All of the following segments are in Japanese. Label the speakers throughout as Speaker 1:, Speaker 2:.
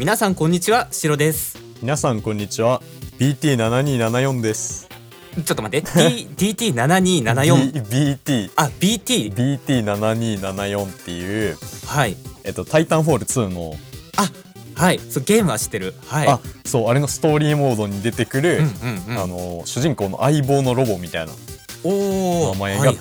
Speaker 1: 皆さんこんにちは、シロです。
Speaker 2: 皆さんこんにちは。 BT7274 です。
Speaker 1: ちょっと待って、DT7274 あ、
Speaker 2: BT7274 っていう
Speaker 1: はい、
Speaker 2: タイタンフォール2の
Speaker 1: はい、そうゲームは知ってる。はい。
Speaker 2: そうあれのストーリーモードに出てくる、主人公の相棒のロボみたいな名前が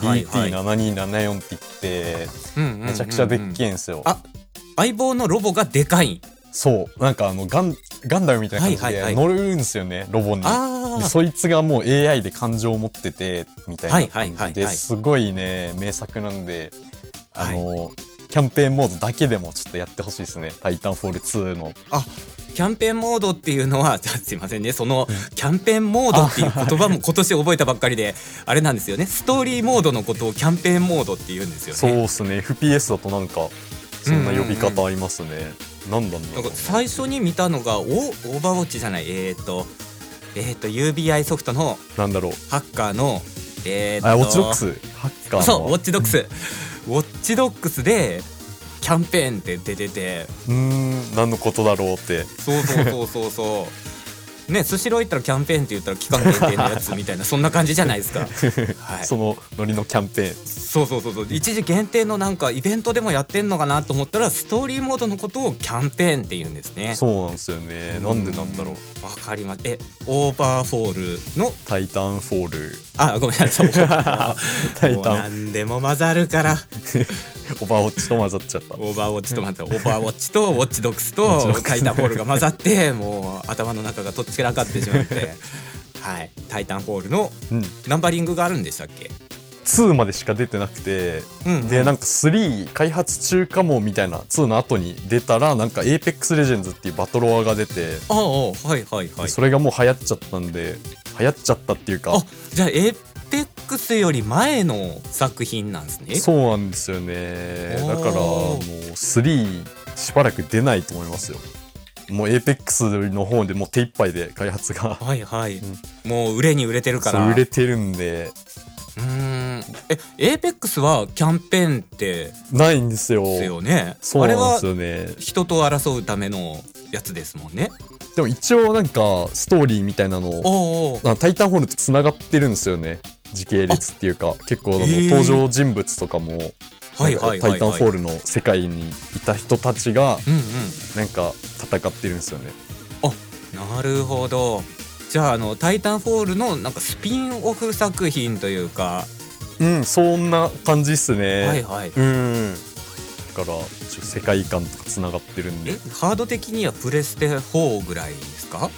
Speaker 2: BT7274 って言って、めちゃくちゃでっけえんすよ。
Speaker 1: 相棒のロボがでかい。
Speaker 2: そうなんかガンダムみたいな感じで乗るんですよね、ロボに。でそいつがもう AI で感情を持っててみたいな感じですごいね名作なんで、キャンペーンモードだけでもちょっとやってほしいですね、タイタンフォール2の。
Speaker 1: キャンペーンモードっていうのはすいませんね、そのキャンペーンモードっていう言葉も今年覚えたばっかりであれなんですよね。ストーリーモードのことをキャンペーンモードって言うんですよね。
Speaker 2: そうですね、 FPS だとなんかそんな呼び方ありますね。なんだろう、
Speaker 1: なんか最初に見たのがオーバーウォッチじゃない、UBI ソフトの
Speaker 2: なんだろう、
Speaker 1: ハッカーの
Speaker 2: ウォッチドックス、ハッカーの
Speaker 1: そうウォッチドックスウォッチドックスでキャンペーンって出てて、
Speaker 2: 何のことだろうって。
Speaker 1: そうね、スシロー行ったらキャンペーンって言ったら期間限定のやつみたいなそんな感じじゃないですか。はい、
Speaker 2: そのノリのキャンペーン。
Speaker 1: そう一時限定のなんかイベントでもやってんのかなと思ったらストーリーモードのことをキャンペーンって言うんですね。
Speaker 2: そうなんですよね。なんでなんだろう。
Speaker 1: わかります。オーバーフォールの
Speaker 2: タイタンフォール。
Speaker 1: ごめんなさい。
Speaker 2: タイタン。
Speaker 1: 何でも混ざるから。
Speaker 2: オーバーウォッチと混ざっちゃった。
Speaker 1: オーバーウォッチと混ざった。オーバーウォッチとウォッチドックスとタイタンフォールが混ざってもう頭の中がとっちらかってしまって、はい、タイタンフォールのナンバリングがあるんでしたっけ
Speaker 2: ？2までしか出てなくて、でなんか3開発中かもみたいな、2の後に出たらなんか Apex Legends っていうバトロワが出て、それがもう流行っちゃったんで、流行っちゃったっていうか、
Speaker 1: じゃあ Apex より前の作品なんですね。
Speaker 2: そうなんですよね。だからもう3しばらく出ないと思いますよ。もう Apex の方でもう手一杯で開発が
Speaker 1: もう売れに売れてるから。
Speaker 2: そう売れてるんで。
Speaker 1: Apex はキャンペーンって
Speaker 2: ないんですよ。
Speaker 1: ね。
Speaker 2: そうなんですよね。
Speaker 1: あれは人と争うためのやつですもんね。
Speaker 2: でも一応なんかストーリーみたいなのタイタンホールとつながってるんですよね、時系列っていうか。結構登場人物とかもタイタンフォールの世界にいた人たちがなんか戦ってるんですよね。
Speaker 1: なるほど。じゃあタイタンフォールのなんかスピンオフ作品というか、
Speaker 2: そんな感じっすね。だから世界観とかつながってるんで。
Speaker 1: ハード的にはプレステ4ぐらいですか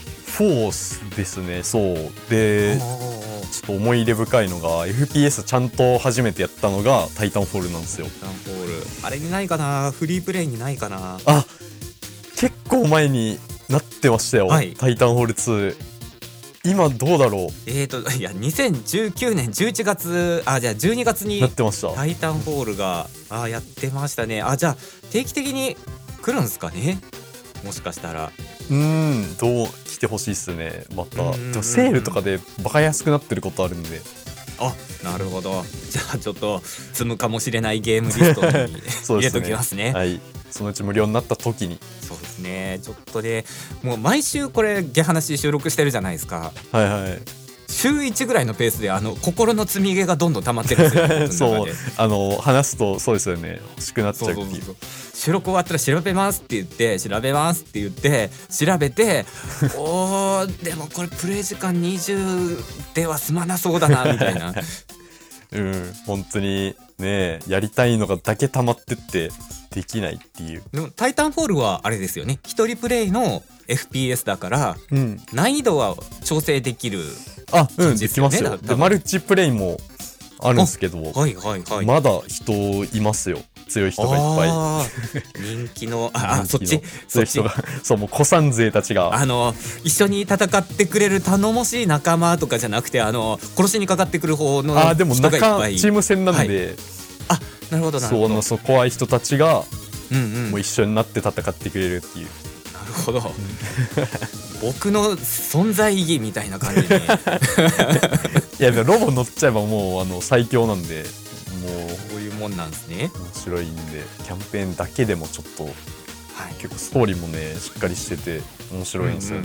Speaker 2: ？4ですね。そうでちょっと思い入れ深いのが FPS ちゃんと初めてやったのがタイタンフォールなんですよ。
Speaker 1: タイタンフォールあれにないかな、フリープレイにないかな。
Speaker 2: 結構前になってましたよ、タイタンフォール2。今どうだろう。
Speaker 1: いや2019年11月じゃあ12月に
Speaker 2: なってました。
Speaker 1: タイタンフォールがやってましたね。じゃあ定期的に来るんですかね、もしかしたら。
Speaker 2: どう来てほしいっすね。またでもセールとかでバカ安くなってることあるんで。
Speaker 1: なるほど。じゃあちょっと積むかもしれないゲームリストに入れときますね。
Speaker 2: はい、そのうち無料になった時に。
Speaker 1: そうですね。ちょっとでもう毎週これゲハナシ収録してるじゃないですか。週1ぐらいのペースで心の積み毛がどんどん溜まってるんですよ。
Speaker 2: そう話すとそうですよね、欲しくなっちゃうっていう。
Speaker 1: 収録終わったら調べますって言って調べてでもこれプレイ時間20では済まなそうだなみたいな。
Speaker 2: 本当にね、やりたいのがだけ溜まってってできないっていう。
Speaker 1: でもタイタンフォールはあれですよね、一人プレイの FPS だから、難易度は調整できる感じですよね。
Speaker 2: できますよ。でマルチプレイもあるんですけど、まだ人いますよ、強い人がいっぱい。
Speaker 1: 人気のそっち
Speaker 2: 強い人がそう、もう古参勢たちが
Speaker 1: 一緒に戦ってくれる頼もしい仲間とかじゃなくて殺しにかかってくる方の人がいっぱい。
Speaker 2: でもチーム戦なんで、
Speaker 1: なるほどなるほど。
Speaker 2: そう怖い人たちがもう一緒になって戦ってくれるっていう。
Speaker 1: なるほど。僕の存在意義みたいな感じに。
Speaker 2: いやでもロボ乗っちゃえばもう最強なんで、もう
Speaker 1: こういうもんなんですね。
Speaker 2: 面白いんで、キャンペーンだけでもちょっと結構ストーリーもねしっかりしてて面白いんですよね。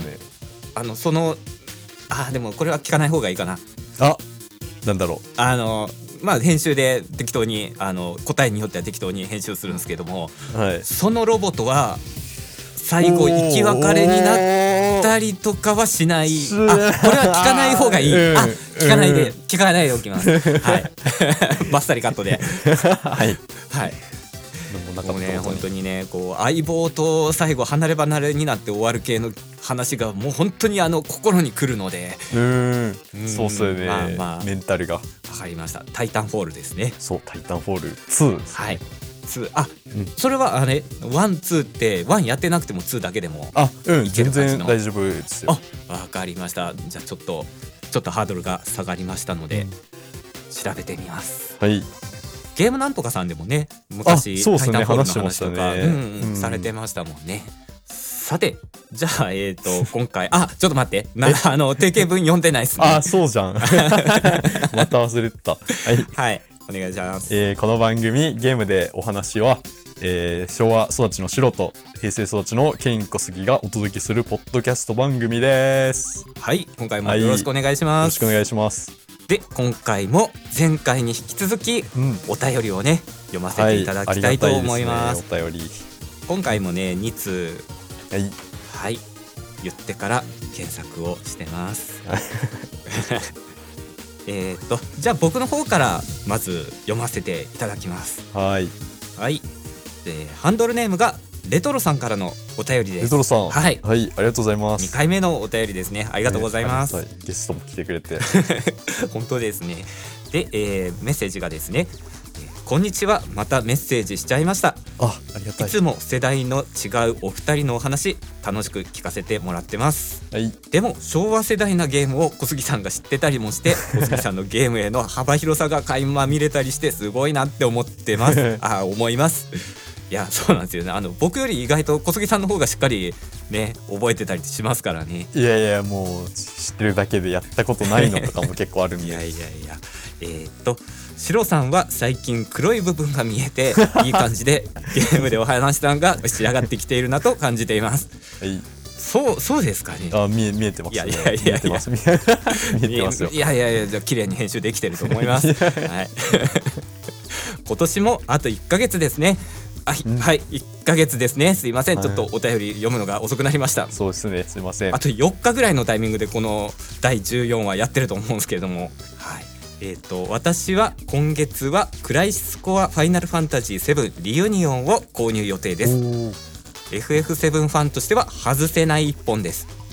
Speaker 1: でもこれは聞かない方がいいかな。
Speaker 2: なんだろ
Speaker 1: う。編集で適当に答えによっては適当に編集するんですけども、そのロボットは最後生き別れになったりとかはしない。これは聞かない方がいい。聞かないでおきます。はいバッサリカットではいもうね本当にね相棒と最後離れ離れになって終わる系の話がもう本当に心に来るので、
Speaker 2: そうっすよね。メンタルが
Speaker 1: 分かりました。タイタンフォールですね。
Speaker 2: そう、タイタンフォール2ですね。
Speaker 1: それは1、2って1やってなくても2だけでも
Speaker 2: 全然大丈夫ですよ。
Speaker 1: 分かりました。じゃあちょっとハードルが下がりましたので、調べてみます。ゲームなんとかさんでもね昔タイタンフォールの話とかされてましたもんね。さてじゃあ今回ちょっと待って定型文読んでないっすね。
Speaker 2: そうじゃんまた忘れてた。
Speaker 1: はいお願いします。
Speaker 2: この番組ゲームでお話は、昭和育ちのシロと平成育ちのケイン小杉がお届けするポッドキャスト番組です。
Speaker 1: 今回もよろしくお願いします。
Speaker 2: よろしくお願いします。
Speaker 1: で今回も前回に引き続き、お便りをね読ませていただきたいと思います。
Speaker 2: お便り
Speaker 1: 今回もね2通言ってから検索をしてますじゃあ僕の方からまず読ませていただきます。ハンドルネームがレトロさんからのお便りです。
Speaker 2: レトロさん、ありがとうございます。
Speaker 1: 2回目のお便りですね。ありがとうございます。
Speaker 2: ゲストも来てくれて
Speaker 1: 本当ですね。で、メッセージがですね、こんにちは、またメッセージしちゃいました。
Speaker 2: ありがたい。
Speaker 1: いつも世代の違うお二人のお話楽しく聞かせてもらってます。でも昭和世代なゲームを小杉さんが知ってたりもして小杉さんのゲームへの幅広さが垣間見れたりしてすごいなって思ってます思います。いやそうなんですよね。僕より意外と小杉さんの方がしっかりね覚えてたりしますからね。
Speaker 2: いやもう知ってるだけでやったことないのとかも結構あるんで
Speaker 1: シロさんは最近黒い部分が見えていい感じでゲームでお話したんが仕上がってきているなと感じています。そうですかね。
Speaker 2: 見えてますね。
Speaker 1: 見えてますよ。じゃあ綺麗に編集できてると思います今年もあと1ヶ月ですね。1ヶ月ですね。すいません、ちょっとお便り読むのが遅くなりました。
Speaker 2: そうですね、すいません。
Speaker 1: あと4日ぐらいのタイミングでこの第14話やってると思うんですけれども、私は今月はクライシスコアファイナルファンタジー7リユニオンを購入予定です。FF7 ファンとしては外せない一本です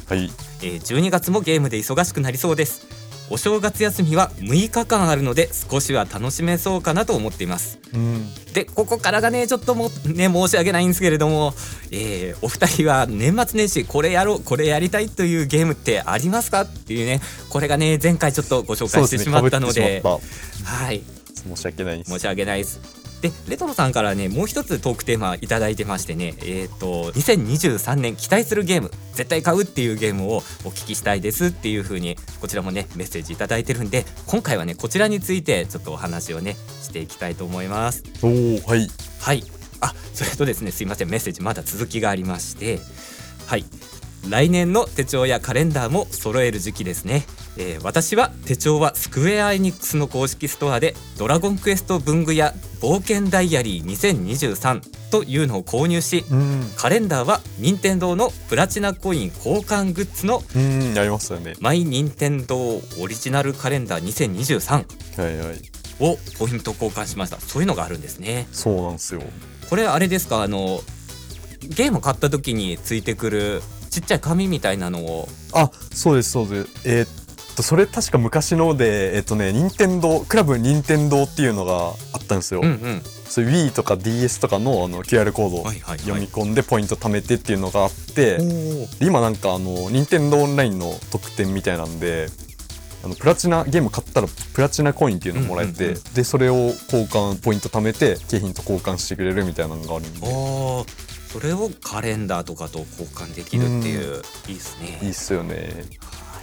Speaker 1: 。12月もゲームで忙しくなりそうです。お正月休みは6日間あるので少しは楽しめそうかなと思っています。でここからがねちょっと申し訳ないんですけれども、お二人は年末年始これやろうこれやりたいというゲームってありますかっていうね、これがね前回ちょっとご紹介してしまったので、
Speaker 2: 申し訳ないです。
Speaker 1: 申し訳ないです。でレトロさんからねもう一つトークテーマいただいてましてね、2023年期待するゲーム絶対買うっていうゲームをお聞きしたいですっていう風にこちらもねメッセージいただいてるんで、今回はねこちらについてちょっとお話をねしていきたいと思います。それとですねすいません、メッセージまだ続きがありまして、来年の手帳やカレンダーも揃える時期ですね。私は手帳はスクエアエニックスの公式ストアでドラゴンクエスト文具や冒険ダイアリー2023というのを購入し、カレンダーは任天堂のプラチナコイン交換グッズの
Speaker 2: やりますよね、
Speaker 1: マイ任天堂オリジナルカレンダー2023をポイント交換しました。そういうのがあるんですね。
Speaker 2: そうなんですよ。
Speaker 1: これあれですか、ゲーム買った時についてくるちっちゃい紙みたいなのを。
Speaker 2: そうですそうです。それ確か昔ので任天堂クラブ任天堂っていうのがあったんですよ。それ Wii とか DS とかのQR コードを読み込んでポイント貯めてっていうのがあって、今なんか任天堂オンラインの特典みたいなんでプラチナゲーム買ったらプラチナコインっていうのもらえて、でそれを交換ポイント貯めて景品と交換してくれるみたいなのがあるんで、
Speaker 1: それをカレンダーとかと交換できるっていう、いいですね。
Speaker 2: いいっすよね。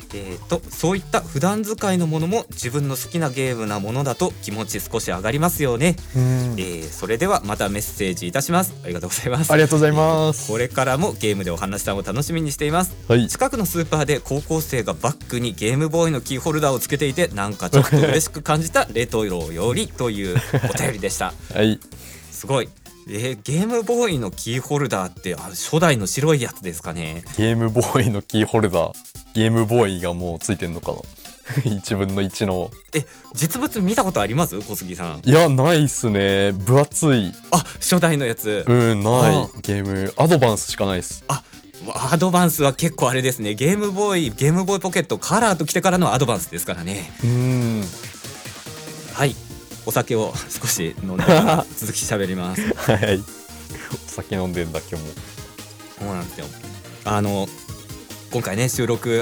Speaker 1: そういった普段使いのものも自分の好きなゲームなものだと気持ち少し上がりますよね。それではまたメッセージいたします。ありがとうございます。
Speaker 2: ありがとうございます。
Speaker 1: これからもゲームでお話したのを楽しみにしています、近くのスーパーで高校生がバッグにゲームボーイのキーホルダーをつけていてなんかちょっと嬉しく感じたレトロよりというお便りでしたすごい。ゲームボーイのキーホルダーって初代の白いやつですかね。
Speaker 2: ゲームボーイのキーホルダー、ゲームボーイがもうついてんのかな1分の1の。
Speaker 1: 実物見たことあります小杉さん？
Speaker 2: いや、ないっすね。分厚い。
Speaker 1: 初代のやつ。
Speaker 2: ない。ゲームアドバンスしかないっす。
Speaker 1: アドバンスは結構あれですね。ゲームボーイポケットカラーと来てからのアドバンスですからね。はい、お酒を少し飲んでから続き喋ります
Speaker 2: はい、お酒飲んでんだ今日も。
Speaker 1: そうなんですよ。今回ね収録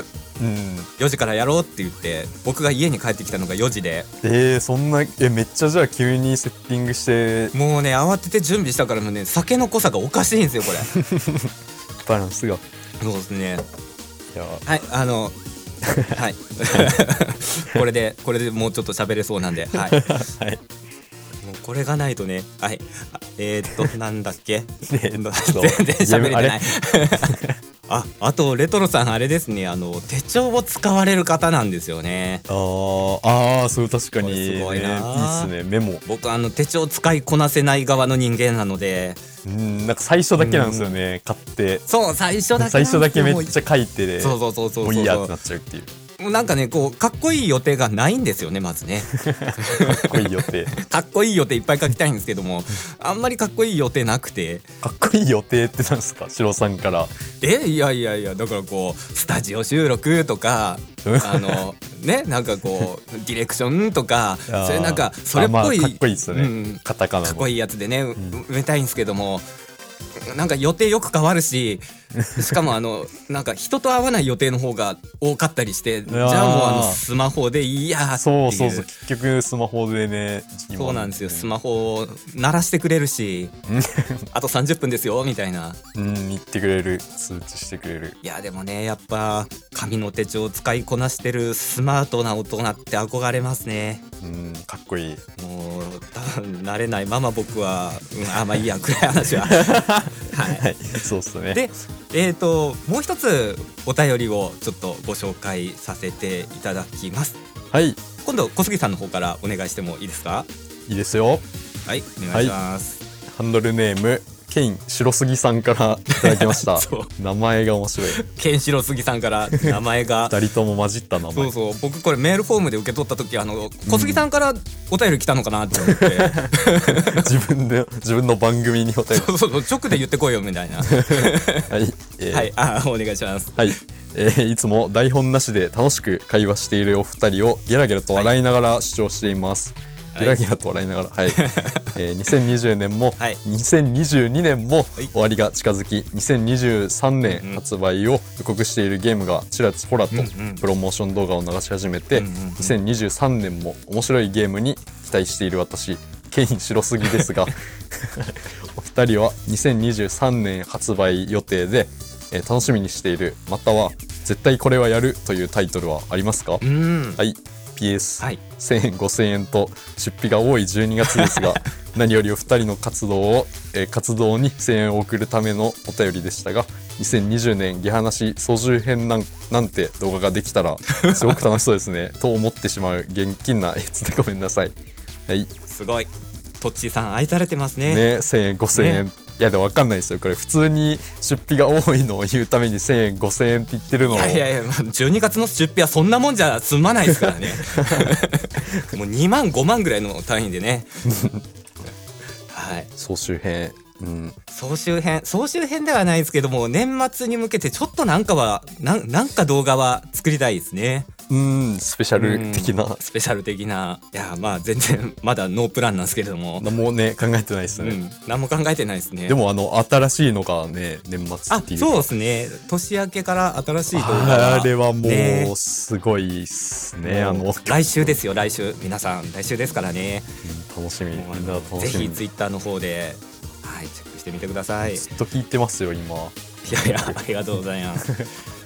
Speaker 1: 4時からやろうって言って僕が家に帰ってきたのが4時で、
Speaker 2: そんなめっちゃじゃあ急にセッティングして。
Speaker 1: もうね慌てて準備したからもうね酒の濃さがおかしいんですよこれ
Speaker 2: バランスが。
Speaker 1: そうですね。
Speaker 2: いや
Speaker 1: はいはいこれでもうちょっと喋れそうなんではい、はい、もうこれがないとね。はいなんだっけ全然喋れてないあとレトロさんあれですね、手帳を使われる方なんですよね。
Speaker 2: そう確かに、
Speaker 1: すごいな、い
Speaker 2: いっすね。メモ。
Speaker 1: 僕手帳使いこなせない側の人間なので、
Speaker 2: なんか最初だけなんですよね、買って。
Speaker 1: そう最初だけ
Speaker 2: めっちゃ書いてで、
Speaker 1: そう
Speaker 2: もういいやってなっちゃうっていう。
Speaker 1: もうなんかねこうかっこいい予定がないんですよねまずね
Speaker 2: かっこいい予定
Speaker 1: かっこいい予定いっぱい書きたいんですけどもあんまりかっこいい予定なくて。
Speaker 2: かっこいい予定ってなんですか、シロさんから。
Speaker 1: いやだからこうスタジオ収録とかね、なんかこうディレクションとかそれなんかそれっぽい、
Speaker 2: かっこいいですよね、カタカナの
Speaker 1: かっこいいやつでね、埋めたいんですけどもなんか予定よく変わるししかもなんか人と会わない予定の方が多かったりして、じゃあもうスマホでいいやっていう。
Speaker 2: そう結局スマホでね。
Speaker 1: そうなんですよ、スマホを鳴らしてくれるしあと30分ですよみたいな
Speaker 2: 言ってくれる、通知してくれる。
Speaker 1: いやでもねやっぱ紙の手帳を使いこなしてるスマートな大人って憧れますね。
Speaker 2: かっこいい。
Speaker 1: もう多分慣れないまま僕は、まあいいや暗い話ははい、
Speaker 2: そうっすね。
Speaker 1: でもう一つお便りをちょっとご紹介させていただきます。
Speaker 2: はい、
Speaker 1: 今度小杉さんの方からお願いしてもいいですか？
Speaker 2: いいですよ。
Speaker 1: はい、お願いします。
Speaker 2: ハンドルネームケイン白杉さんからいただきました名前が面白い。
Speaker 1: ケイン白杉さんから名前が
Speaker 2: 2人とも混じった名前。
Speaker 1: そう僕これメールフォームで受け取った時小杉さんからお便り来たのかなって思って
Speaker 2: 自分の番組にお便り
Speaker 1: そう直で言ってこいよみたいなはい、お願いします。
Speaker 2: はい、いつも台本なしで楽しく会話しているお二人をゲラゲラと笑いながら視聴しています。ゲラゲラと笑いながら、2020年も、2022年も終わりが近づき、2023年発売を予告しているゲームがちらちらとプロモーション動画を流し始めて、2023年も面白いゲームに期待している私ケイン白杉ですがお二人は2023年発売予定で、楽しみにしているまたは絶対これはやるというタイトルはありますか？はい、PS、1000円5000円と出費が多い12月ですが何よりお二人の活動に声援を送るためのお便りでしたが、2020年ゲハなし総集編なんて動画ができたらすごく楽しそうですねと思ってしまう現金なやつでごめんなさい。はい、
Speaker 1: すごいトッチーさん愛されてますね。
Speaker 2: 1000円5000円、いやでも分かんないですよこれ。普通に出費が多いのを言うために1000円5000円って言ってるのを。
Speaker 1: いや12月の出費はそんなもんじゃ済まないですからねもう2万5万ぐらいの単位でねはい、
Speaker 2: 総集編、
Speaker 1: 総集編ではないですけども年末に向けてちょっとなんか動画は作りたいですね。
Speaker 2: スペシャル的な。
Speaker 1: いやまあ全然まだノープランなんですけれども。
Speaker 2: 何もね考えてないですね。
Speaker 1: 何も考えてないですね。
Speaker 2: でも新しいのがね年末っていうか。
Speaker 1: そうですね。年明けから新しい動画が
Speaker 2: あれはもうすごいっすね。
Speaker 1: 来週ですよ来週。皆さん来週ですからね。
Speaker 2: 楽しみ。みんな楽しみ。
Speaker 1: ぜひツイッターの方でチェックしてみてください。
Speaker 2: ずっと聞いてますよ今。
Speaker 1: いやありがとうございます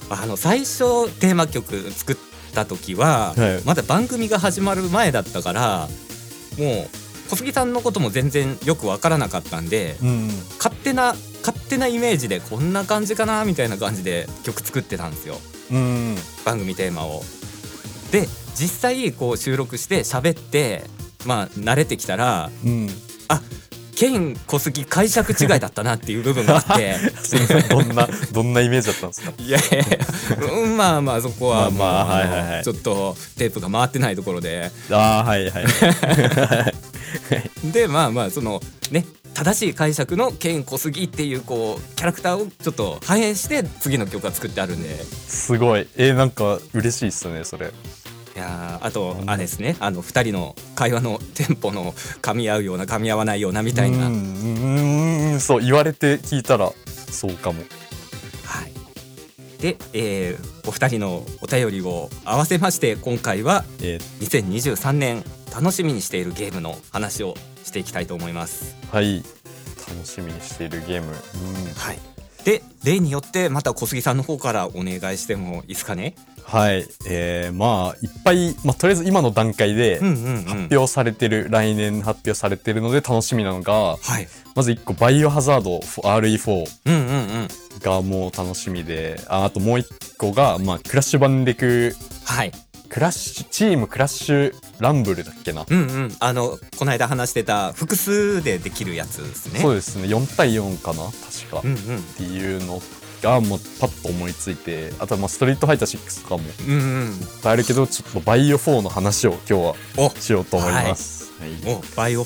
Speaker 1: 最初テーマ曲作った時は、まだ番組が始まる前だったから、もう小杉さんのことも全然よく分からなかったんで、勝手なイメージでこんな感じかなみたいな感じで曲作ってたんですよ、番組テーマを。で実際こう収録して喋って、慣れてきたら、ケン小杉解釈違いだったなっていう部分があって
Speaker 2: どんなイメージだったんですか？
Speaker 1: いやそこはちょっとテープが回ってないところででそのね、正しい解釈のケン小杉っていうこうキャラクターをちょっと反映して次の曲が作ってあるんで、
Speaker 2: すごいなんか嬉しいっすねそれ。
Speaker 1: いやあとですね、2人の会話のテンポの噛み合うような噛み合わないようなみたいな、
Speaker 2: そう言われて聞いたらそうかも。
Speaker 1: で、お二人のお便りを合わせまして今回は、2023年楽しみにしているゲームの話をしていきたいと思います。
Speaker 2: はい、楽しみにしているゲーム、
Speaker 1: で例によってまた小杉さんの方からお願いしてもいいですかね？
Speaker 2: はい、いっぱい、とりあえず今の段階で発表されてる、来年発表されてるので楽しみなのが、まず1個バイオハザード RE4 がもう楽しみで、あともう1個が、クラッシュバンデク、クラッシュチームクラッシュランブルだっけな、こ
Speaker 1: の間話してた複数でできるやつですね。
Speaker 2: そうですね、4対4かな確か、っていうのがもうパッと思いついて、あとはストリートファイター6とかもいっぱいあるけど、ちょっとバイオ4の話を今日はしようと思います。
Speaker 1: バイオ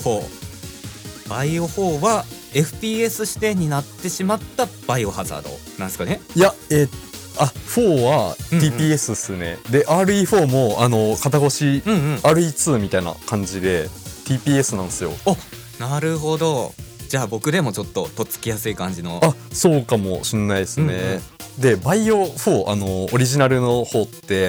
Speaker 1: 4は FPS 視点になってしまったバイオハザードなんですかね？
Speaker 2: いや4は TPS っすね、で RE4 も肩越し、RE2 みたいな感じで TPS なんですよ。
Speaker 1: なるほど。じゃあ僕でもちょっととっつきやすい感じの。
Speaker 2: そうかもしんないですね、でバイオ4オリジナルの方って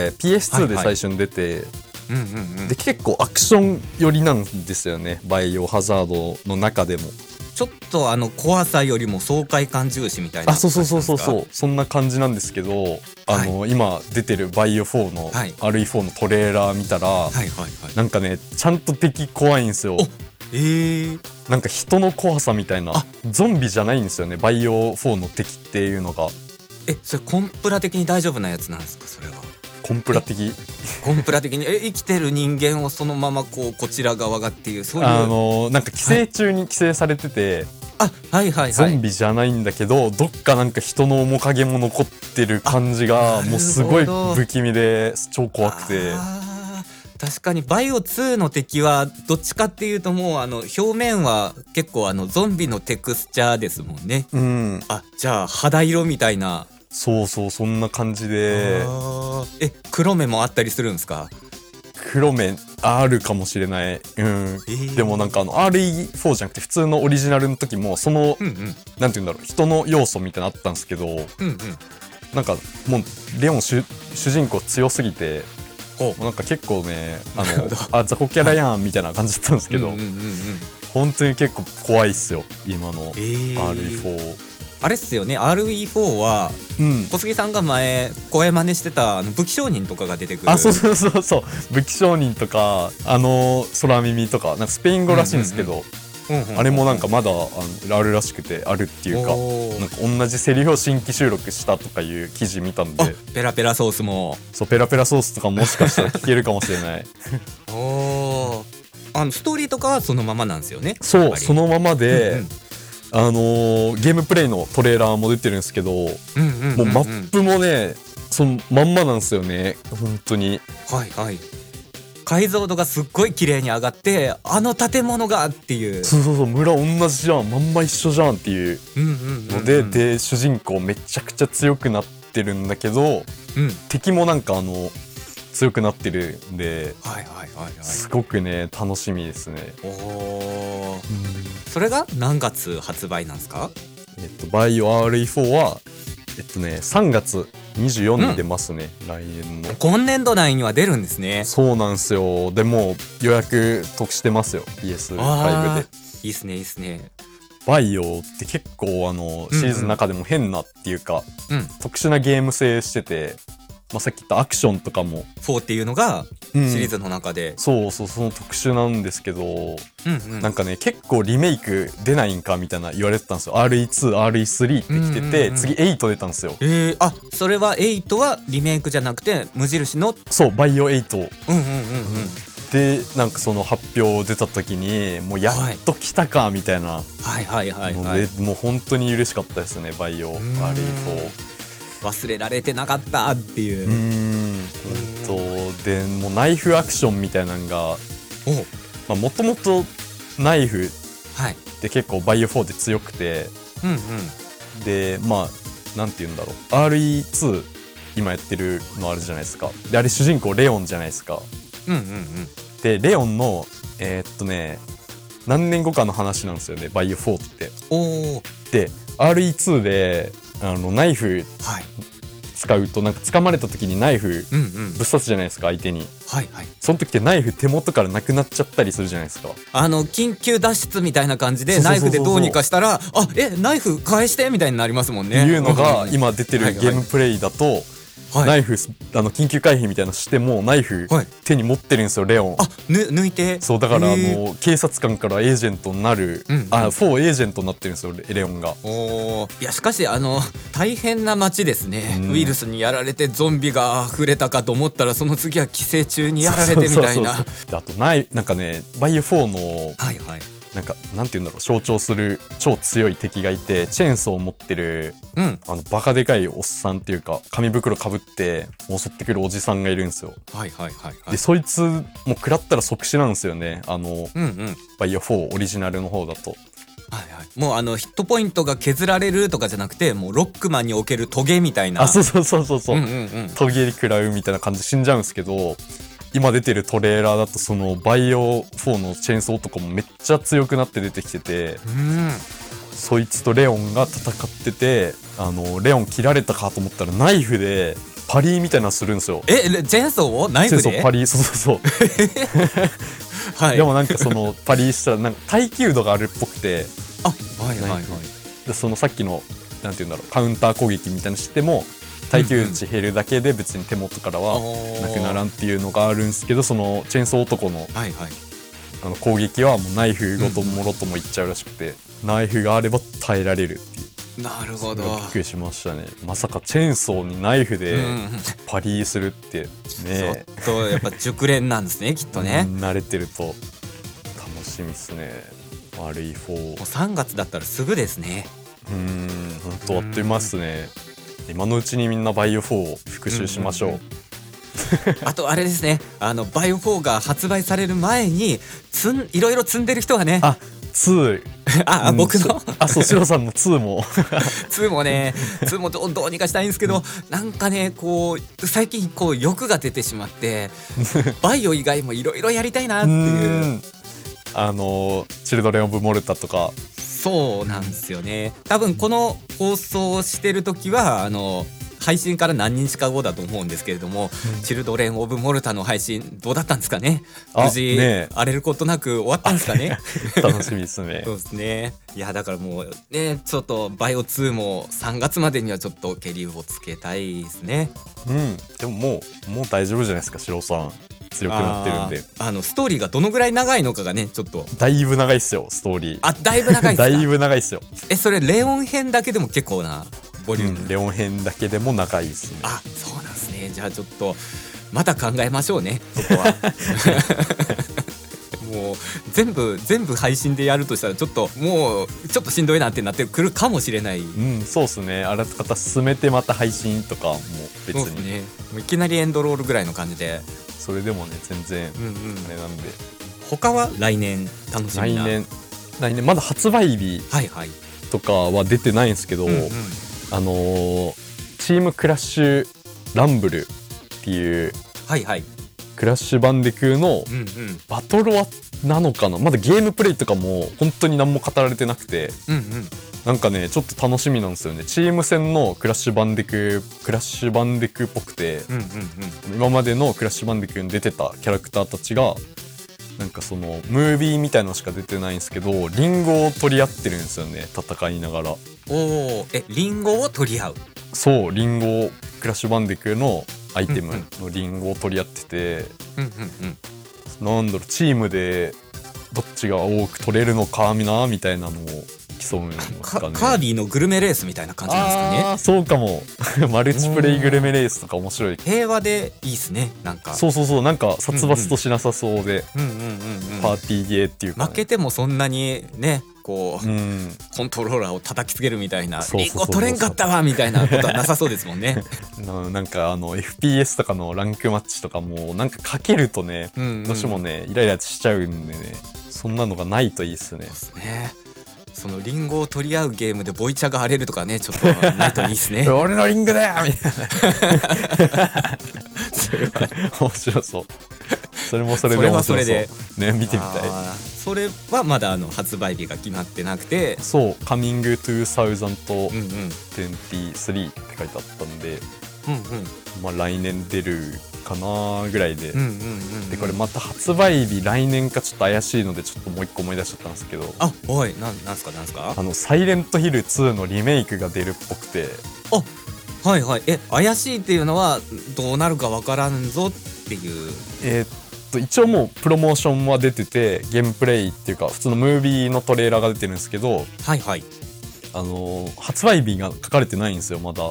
Speaker 2: PS2 で最初に出て、で結構アクション寄りなんですよね、バイオハザードの中でも。
Speaker 1: ちょっと怖さよりも爽快感重視みたいな。
Speaker 2: そうそんな感じなんですけど、今出てるバイオ4の RE4 のトレーラー見たら、なんかねちゃんと敵怖いんですよ。なんか人の怖さみたいな、ゾンビじゃないんですよね、バイオ4の敵っていうのが。
Speaker 1: それコンプラ的に大丈夫なやつなんですか？それは
Speaker 2: コンプラ的
Speaker 1: に生きてる人間をそのままこちら側がっていう、そういう
Speaker 2: なんか寄生虫に寄生されてて、ゾンビじゃないんだけど、どっかなんか人の面影も残ってる感じがもうすごい不気味で超怖くて。
Speaker 1: 確かにバイオ2の敵はどっちかっていうともう表面は結構ゾンビのテクスチャーですもんね。じゃあ肌色みたいな。
Speaker 2: そうそんな感じで。
Speaker 1: 黒目もあったりするんですか？
Speaker 2: 黒目あるかもしれない、でもなんかRE4 じゃなくて普通のオリジナルの時もその、なんていうんだろう、人の要素みたいなのあったんですけど、なんかもうレオン主人公強すぎて、なんか結構ね雑魚キャラやんみたいな感じだったんですけど、本当に結構怖いっすよ今の RE4。
Speaker 1: あれっすよね、 RE4 は、小杉さんが前声真似してた武器商人とかが出てくる。
Speaker 2: そう武器商人とか空耳とかなんかスペイン語らしいんですけど、あれもなんかまだあるらしくて、あるっていうか、なんか同じセリフを新規収録したとかいう記事見たんで、
Speaker 1: ペラペラソースも
Speaker 2: ペラペラソースとかもしかしたら聞けるかもしれない
Speaker 1: ストーリーとかはそのままなんですよね。
Speaker 2: そのままで、ゲームプレイのトレーラーも出てるんですけど、もうマップもねそのまんまなんですよね本当に。解像度がすっごい綺麗に上がって、建物がっていう。村同じじゃん、まんま一緒じゃんっていうので、で主人公めちゃくちゃ強くなってるんだけど、敵もなんか強くなってるんで、すごくね楽しみですね。
Speaker 1: それが何月発売なんですか？
Speaker 2: バイオ RE4 は3月24に出ますね、来年の。
Speaker 1: 今年度内には出るんですね。
Speaker 2: そうなんですよ。でも予約得してますよ PS5 で。
Speaker 1: いいっすね。
Speaker 2: バイオって結構シリーズの中でも変なっていうか、特殊なゲーム性してて、さっき言ったアクションとかも
Speaker 1: 4っていうのがシリーズの中で、
Speaker 2: そうその特殊なんですけど、なんかね結構リメイク出ないんかみたいな言われてたんですよ。 RE2、RE3 って来てて、次8出たんですよ。
Speaker 1: あ、それは8はリメイクじゃなくて無印の、
Speaker 2: そうバイオ8、でなんかその発表出た時にもうやっと来たかみたいなので、もう本当に嬉しかったですね。バイオ RE4
Speaker 1: 忘れられてなかったっていう。
Speaker 2: でもうナイフアクションみたいなのがもともとナイフって結構バイオ4で強くて、でなんて言うんだろう、 RE2 今やってるのあるじゃないですか。であれ主人公レオンじゃないですか。でレオンの何年後かの話なんですよね、バイオ4って。で RE2 でナイフ使うとなんか掴まれた時にナイフぶっ刺すじゃないですか、相手に。その時ってナイフ手元からなくなっちゃったりするじゃないですか。
Speaker 1: 緊急脱出みたいな感じでナイフでどうにかしたらナイフ返してみたいになりますもんね。
Speaker 2: いうのが今出てるゲームプレイだと、ナイフ緊急回避みたいなしてもナイフ手に持ってるんですよ、レオン。
Speaker 1: 抜いて。
Speaker 2: そうだから警察官からエージェントになる、4エージェントになってるんですよ、レオンが。
Speaker 1: いやしかし大変な街ですね。ウイルスにやられてゾンビが溢れたかと思ったら、その次は寄生虫にやられてみたいな。
Speaker 2: あとなんかねバイオ4のなんて言うんだろう、象徴する超強い敵がいて、チェーンソーを持ってる、バカでかいおっさんっていうか紙袋かぶって襲ってくるおじさんがいるんですよ。でそいつも食らったら即死なんですよね、バイオ4オリジナルの方だと。
Speaker 1: もうヒットポイントが削られるとかじゃなくて、もうロックマンにおけるトゲみたいな。
Speaker 2: そうトゲに食らうみたいな感じで死んじゃうんですけど、今出てるトレーラーだとそのバイオ4のチェーンソーとかもめっちゃ強くなって出てきてて、そいつとレオンが戦ってて、レオン切られたかと思ったらナイフでパリーみたいなのするんですよ。
Speaker 1: チェーンソーをナイフで？
Speaker 2: チェーンソーパリー、そうでもなんかそのパリーしたらなんか耐久度があるっぽくて、でそのさっきのなんていうんだろう、カウンター攻撃みたいなしても耐久値減るだけで別に手元からはなくならんっていうのがあるんですけど、そのチェーンソー男の攻撃はもうナイフごともろともいっちゃうらしくて、ナイフがあれば耐えられるっていう。
Speaker 1: なるほど。
Speaker 2: びっくりしましたね。まさかチェーンソーにナイフでパリーするってね。
Speaker 1: ちょっとやっぱ熟練なんですねきっとね。
Speaker 2: 慣れてると楽しみですね。RE4
Speaker 1: もう3月だったらすぐですね。
Speaker 2: 本当あっという間ですね。今のうちにみんなバイオ4を復習しましょう。
Speaker 1: あとあれですね、バイオ4が発売される前にいろいろ積んでる人がね。
Speaker 2: 2
Speaker 1: 僕の
Speaker 2: そうシロさんの2も
Speaker 1: 2もね、2もどうにかしたいんですけど、なんかねこう最近こう欲が出てしまってバイオ以外もいろいろやりたいなっていう
Speaker 2: チルドレンオブモルタとか。
Speaker 1: そうなんですよね。多分この放送をしてる時は配信から何日か後だと思うんですけれども、チルドレンオブモルタの配信どうだったんですかね。無事荒れることなく終わったんですかね。
Speaker 2: 楽しみですね。
Speaker 1: そうですね。いやだからもうね、ちょっとバイオ2も3月までにはちょっとケリをつけたいですね。
Speaker 2: でももう大丈夫じゃないですか、シロさん強くなってるんで。
Speaker 1: ストーリーがどのぐらい長いのかがねちょっと。
Speaker 2: だいぶ長いっすよストーリー。
Speaker 1: だいぶ長いっすか。
Speaker 2: だいぶ長いっすよ。
Speaker 1: それレオン編だけでも結構なボリューム。
Speaker 2: レオン編だけでも長いですね。
Speaker 1: そうなんですね。じゃあちょっとまた考えましょうねそこは。もう全部配信でやるとしたらちょっとしんどいなってなってくるかもしれない。
Speaker 2: そうですね。あらかた進めてまた配信とかも別に。そうですね。
Speaker 1: もういきなりエンドロールぐらいの感じで。
Speaker 2: それでもね全然あれなんで。
Speaker 1: 他は来年楽しみな。
Speaker 2: 来年まだ発売日とかは出てないんですけど、チームクラッシュランブルっていうクラッシュバンデクーのバトロワなのかな。まだゲームプレイとかも本当に何も語られてなくて、なんかねちょっと楽しみなんですよね。チーム戦のクラッシュバンデクーっぽくて、今までのクラッシュバンデクーに出てたキャラクターたちがなんかそのムービーみたいのしか出てないんですけど、リンゴを取り合ってるんですよね、戦いながら。
Speaker 1: おお、リンゴを取り合う。
Speaker 2: そう、リンゴをクラッシュバンディクーのアイテムのリンゴを取り合ってて、なんだろう、チームでどっちが多く取れるのかみたいなのを競うんですかね。
Speaker 1: カービィのグルメレースみたいな感じなんですかね。
Speaker 2: あ、そうかも。マルチプレイグルメレースとか面白い。
Speaker 1: 平和でいいっすね。なんか
Speaker 2: そうなんか殺伐としなさそうで、パーティーゲーっていうか、ね、
Speaker 1: 負けてもそんなにね、こう、コントローラーを叩きつけるみたいな、リンゴ取れんかったわみたいなことはなさそうですもんね。
Speaker 2: なんかFPS とかのランクマッチとかもなんかかけるとね、どうしてもねイライラしちゃうんでね、そんなのがないといいっすね。
Speaker 1: そのリンゴを取り合うゲームでボイチャが荒れるとかね、ちょっとないといいっすね。
Speaker 2: 俺のリンゴだよみたいな。面白そう。それもそれで面白そう。ね、見てみたい。
Speaker 1: それはまだ発売日が決まってなくて、
Speaker 2: そう、カミング2023って書いてあったんで、まあ来年出るかなぐらいで、でこれまた発売日来年かちょっと怪しいので、ちょっともう一個思い出しちゃったんですけど、
Speaker 1: おい、なんすか
Speaker 2: サイレントヒル2のリメイクが出るっぽくて。
Speaker 1: はいはい。怪しいっていうのはどうなるかわからんぞっていう。
Speaker 2: 一応もうプロモーションは出てて、ゲームプレイっていうか普通のムービーのトレーラーが出てるんですけど、
Speaker 1: はいはい、
Speaker 2: 発売日が書かれてないんですよまだ。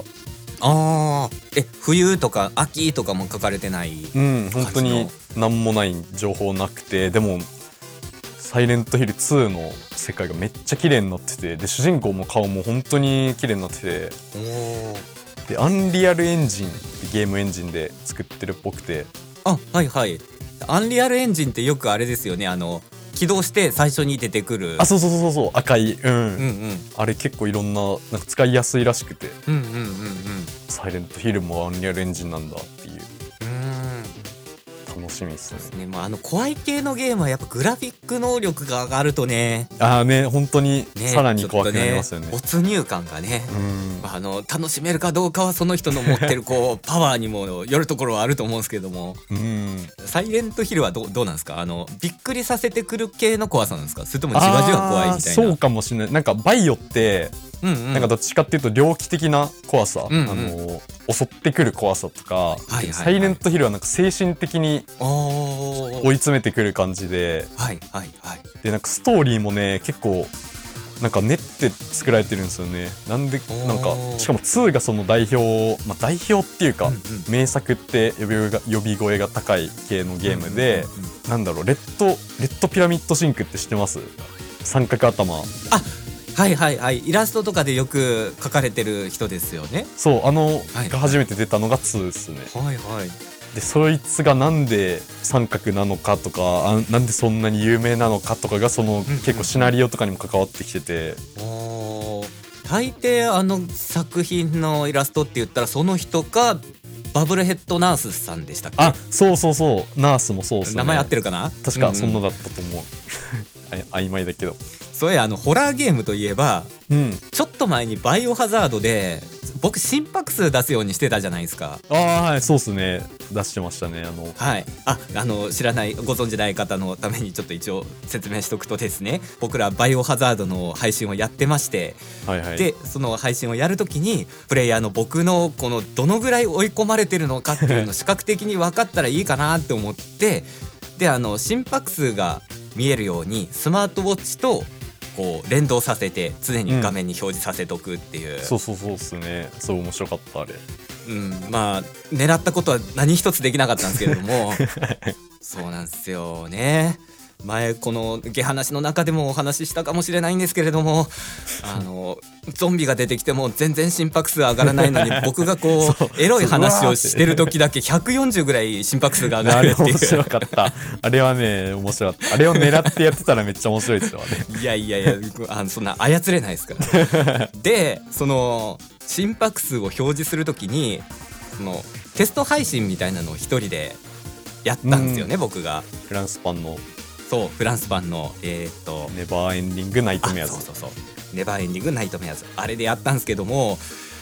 Speaker 1: 冬とか秋とかも書かれてない。
Speaker 2: 本当に何もない情報なくて、でもサイレントヒル2の世界がめっちゃ綺麗になってて、で主人公も顔も本当に綺麗になってて、でアンリアルエンジンってゲームエンジンで作ってるっぽくて。
Speaker 1: はいはい。アンリアルエンジンってよくあれですよね、起動して最初に出てくる。
Speaker 2: そう赤い、あれ結構いろんな、なんか使いやすいらしくて、サイレントヒルもアンリアルエンジンなんだっていう。楽しみですね。
Speaker 1: 怖い系のゲームはやっぱグラフィック能力が上がるとね、
Speaker 2: 本当にさらに怖くなりますよね。
Speaker 1: 没入感がね、楽しめるかどうかはその人の持ってるパワーにもよるところはあると思うんですけども、サイレントヒルはどうなんですか？びっくりさせてくる系の怖さなんですか？それともじわじわ怖いみたいな。
Speaker 2: そうかもしれない。なんかバイオってなんかどっちかっていうと猟奇的な怖さ、襲ってくる怖さとか、サイレントヒルはなんか精神的に追い詰めてくる感じで、でなんかストーリーもね結構なんか練って作られてるんですよね。なんかしかも2がその代表っていうか、名作って呼び声が高い系のゲームで、なんだろう、レッドピラミッドシンクって知ってます？三角頭。
Speaker 1: イラストとかでよく描かれてる人ですよね。
Speaker 2: そう、が初めて出たのが2ですね。でそいつがなんで三角なのかとか、なんでそんなに有名なのかとかが結構シナリオとかにも関わってきてて、
Speaker 1: 大抵作品のイラストって言ったらその人かバブルヘッドナースさんでしたっけ？
Speaker 2: そうナースもそうですね。
Speaker 1: 名前合ってるかな？
Speaker 2: 確かそんなだったと思う。曖昧だけど。
Speaker 1: そういやホラーゲームといえば、ちょっと前にバイオハザードで僕心拍数出すようにしてたじゃないですか。
Speaker 2: そうですね、出してましたね。
Speaker 1: 知らないご存じない方のためにちょっと一応説明しとくとですね、僕らバイオハザードの配信をやってまして、でその配信をやるときにプレイヤーの僕のこのどのぐらい追い込まれてるのかっていうのを視覚的に分かったらいいかなって思って、で心拍数が見えるようにスマートウォッチと連動させて常に画面に表示させとくっていう、
Speaker 2: そうっすね。そう面白かったあれ。
Speaker 1: 狙ったことは何一つできなかったんですけれどもそうなんですよね。前このゲ話の中でもお話ししたかもしれないんですけれども、ゾンビが出てきても全然心拍数上がらないのに僕がエロい話をしてる時だけ140ぐらい心拍数が上がるっていう。
Speaker 2: 面白かった。あれはね面白かった。あれを狙ってやってたらめっちゃ面白いですよね。
Speaker 1: いやそんな操れないですからでその心拍数を表示する時にテスト配信みたいなのを一人でやったんですよね、僕が。
Speaker 2: フランス版の
Speaker 1: フランス版の
Speaker 2: ネバーエンディングナイトメアーズ。
Speaker 1: ネバーエンディングナイトメアーズ、あれでやったんですけども、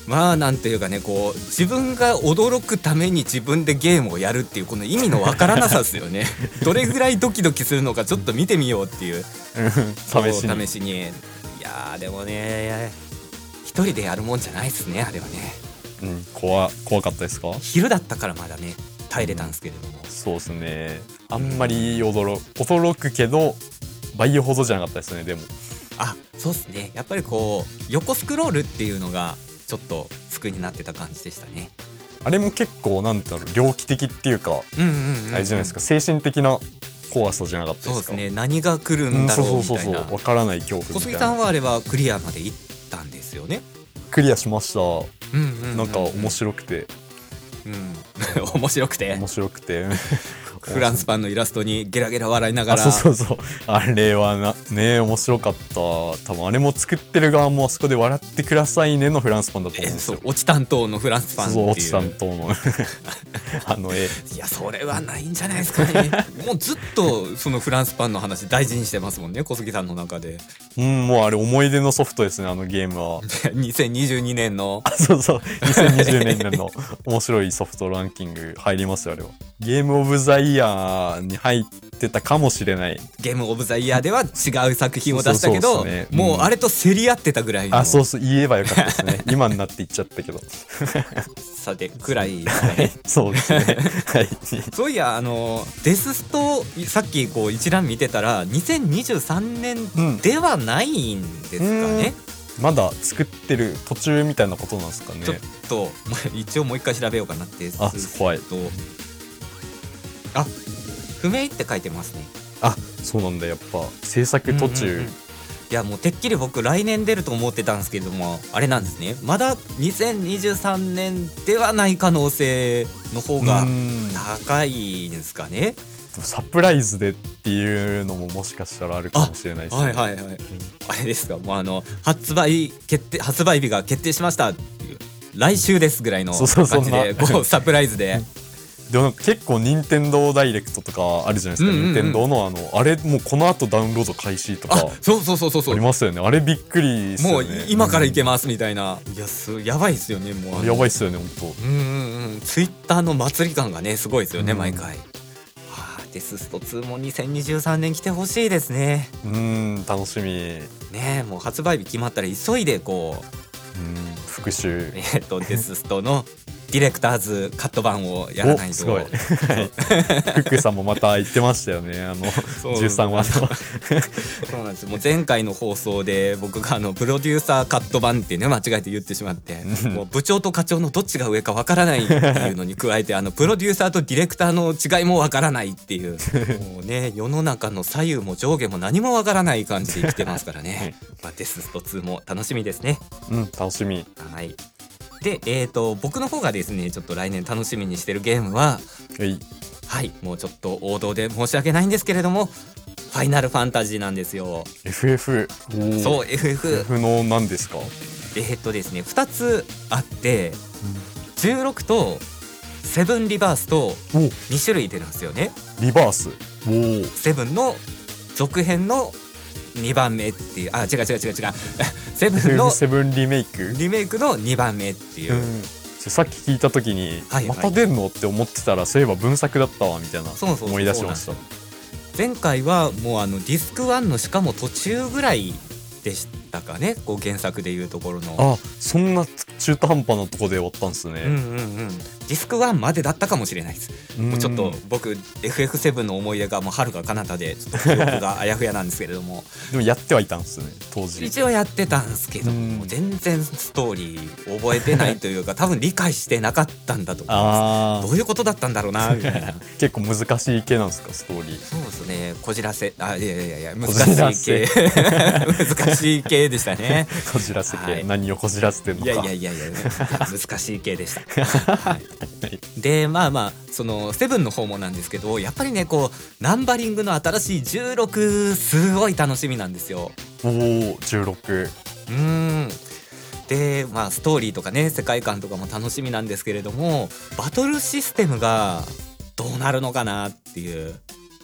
Speaker 1: まあなんていうかね、こう自分が驚くために自分でゲームをやるっていうこの意味のわからなさですよねどれぐらいドキドキするのかちょっと見てみようっていう試しに。いやでもね一人でやるもんじゃないですね、あれはね。
Speaker 2: 怖かったですか？
Speaker 1: 昼だったからまだね耐えれたんですけれども、
Speaker 2: そうですね。あんまり驚くけどバイオほどじゃなかったですね。でも
Speaker 1: そうですね、やっぱりこう横スクロールっていうのがちょっと救いになってた感じでしたね。
Speaker 2: あれも結構なんだろう、猟奇的っていうか、あれじゃないですか、精神的な怖さじゃなかったですか？
Speaker 1: そうですね、何が来るんだろうみたいな。
Speaker 2: 分からない恐怖みたいな。小
Speaker 1: 杉さんはあれはクリアまで行ったんですよね？
Speaker 2: クリアしました。なんか面白くて
Speaker 1: 面白くてフランスパンのイラストにゲラゲラ笑いながら。
Speaker 2: そうあれは面白かった。多分あれも作ってる側もあそこで笑ってくださいねのフランスパンだと思うんですよ。
Speaker 1: オチ担当のフランスパンっていう。
Speaker 2: オチ担当の絵。
Speaker 1: いやそれはないんじゃないですかねもうずっとそのフランスパンの話大事にしてますもんね、小杉さんの中で。
Speaker 2: もうあれ思い出のソフトですね、あのゲームは
Speaker 1: 2022年の
Speaker 2: 2020年の面白いソフトランキング入りますよ、あれは。ゲームオブザイヤーに入ってたかもしれない。
Speaker 1: ゲームオブザイヤーでは違う作品を出したけど、もうあれと競り合ってたぐらいの。
Speaker 2: 言えばよかったですね今になって言っちゃったけど
Speaker 1: さてくらいですね
Speaker 2: そうですねはい
Speaker 1: そういやデスストさっきこう一覧見てたら2023年ではないんですかね、
Speaker 2: まだ作ってる途中みたいなことなんですかね。
Speaker 1: ちょっと一応もう一回調べようかなって。
Speaker 2: 怖い。
Speaker 1: 不明って書いてますね。
Speaker 2: そうなんだ、やっぱ制作途中。
Speaker 1: いやもうてっきり僕来年出ると思ってたんですけれども、あれなんですね、まだ2023年ではない可能性の方が高いんですかね。
Speaker 2: サプライズでっていうのももしかしたらあるかもしれないですね。
Speaker 1: あれですか、もう発売日が決定しましたっていう、来週ですぐらいの感じでこうサプライズで
Speaker 2: でも結構任天堂ダイレクトとかあるじゃないですか、任天堂のあれもうこの後ダウンロード開始とか
Speaker 1: そう
Speaker 2: ありますよね。あれびっくりですよね。
Speaker 1: もう今からいけますみたいな。いややばいっすよね。もう
Speaker 2: やばいっすよね本当。
Speaker 1: ツイッターの祭り感がねすごいですよね、毎回。デススト2も2023年来てほしいですね。
Speaker 2: 楽しみ
Speaker 1: ね。もう発売日決まったら急いでこう
Speaker 2: 復習
Speaker 1: デスストのディレクターズカット版をやらないと。
Speaker 2: すごい福さんもまた言ってましたよね、13話の
Speaker 1: そうなんです。もう前回の放送で僕がプロデューサーカット版ってね間違えて言ってしまってもう部長と課長のどっちが上かわからないっていうのに加えてプロデューサーとディレクターの違いもわからないっていうもうね世の中の左右も上下も何もわからない感じで生きてますからねデススト2も楽しみですね。
Speaker 2: 楽しみ。
Speaker 1: はい。で僕の方がですねちょっと来年楽しみにしてるゲームはもうちょっと王道で申し訳ないんですけれどもファイナルファンタジーなんですよ。
Speaker 2: FF。
Speaker 1: そう FF
Speaker 2: の何ですか？
Speaker 1: ですね2つあって、16と7リバースと2種類出るんですよね。
Speaker 2: リバース
Speaker 1: 7の続編の2番目っていう、違う7の
Speaker 2: 7リメイク
Speaker 1: の2番目っていう、
Speaker 2: さっき聞いた時に、また出んのって思ってたらそういえば分作だったわみたいな思い出しました。
Speaker 1: 前回はもうディスク1のしかも途中ぐらいでしたかね、こう原作でいうところの。
Speaker 2: そんな中途半端なとこで終わったんですね。
Speaker 1: ディスク1までだったかもしれないです。もうちょっと僕 FF7 の思い出がもう遥か彼方でちょっと記憶があやふやなんですけれども
Speaker 2: でもやってはいたんですね当時。
Speaker 1: 一応やってたんですけども全然ストーリー覚えてないというか多分理解してなかったんだと思います。どういうことだったんだろうなみたいな
Speaker 2: 結構難しい系なんですかストーリー。
Speaker 1: そうですね、こじらせ難しい系難しい系でしたね
Speaker 2: こじらせ系、何をこじらせてんのか。
Speaker 1: いや難しい系でした、でその7の方もなんですけどやっぱりねこうナンバリングの新しい16すごい楽しみなんですよ。
Speaker 2: 16。
Speaker 1: でストーリーとかね世界観とかも楽しみなんですけれどもバトルシステムがどうなるのかなっていう。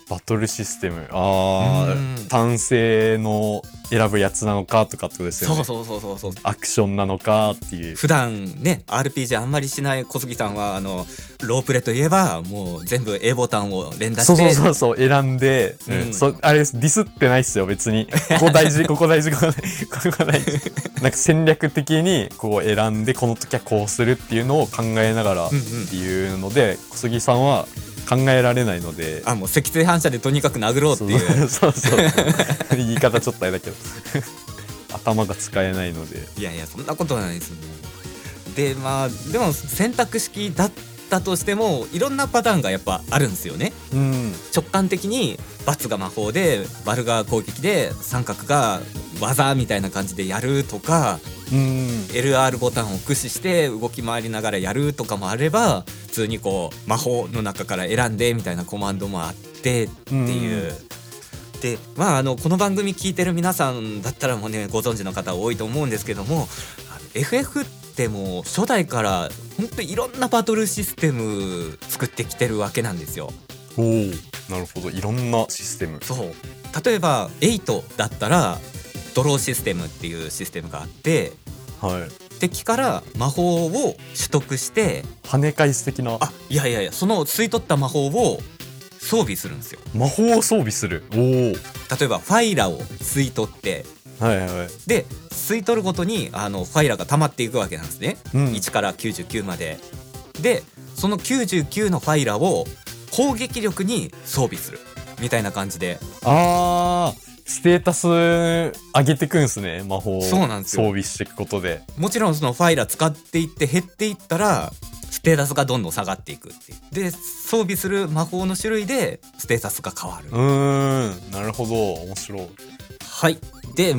Speaker 2: バトルシステム、単性の選ぶやつなのかとかってことですよね。
Speaker 1: そう
Speaker 2: アクションなのかっていう。
Speaker 1: 普段ね RPG あんまりしない小杉さんはロープレといえばもう全部 A ボタンを連打して
Speaker 2: そう選んで、あれです、ディスってないっすよ別に。ここ大事ここ大事なんか戦略的にこう選んでこの時はこうするっていうのを考えながらっていうので、小杉さんは考えられないので、
Speaker 1: もう積水反射でとにかく殴ろうっていう
Speaker 2: そう言い方ちょっとあれだけど頭が使えないので。
Speaker 1: いやそんなことはないですよね。ででも選択式だったとしてもいろんなパターンがやっぱあるんですよね。直感的に×が魔法で丸が攻撃で三角が技みたいな感じでやるとか、LR ボタンを駆使して動き回りながらやるとかもあれば、普通にこう魔法の中から選んでみたいなコマンドもあってっていう。でこの番組聞いてる皆さんだったらもうねご存知の方多いと思うんですけども、FF ってもう初代から本当にいろんなバトルシステム作ってきてるわけなんですよ。
Speaker 2: なるほど、いろんなシステム。
Speaker 1: そう例えば8だったらドローシステムっていうシステムがあって、敵から魔法を取得して
Speaker 2: 跳ね返す的な。
Speaker 1: いやその吸い取った魔法を装備するんですよ。
Speaker 2: 魔法を装備する。例
Speaker 1: えばファイラを吸い取って、で吸い取るごとにファイラが溜まっていくわけなんですね、1から99まで。でその99のファイラを攻撃力に装備するみたいな感じで、
Speaker 2: ステータス上げてくんすね、魔法を装備していくことで。
Speaker 1: もちろんそのファイラ使っていって減っていったらステータスがどんどん下がっていくっていう。で装備する魔法の種類でステータスが変わる。
Speaker 2: なるほど、面白い。
Speaker 1: で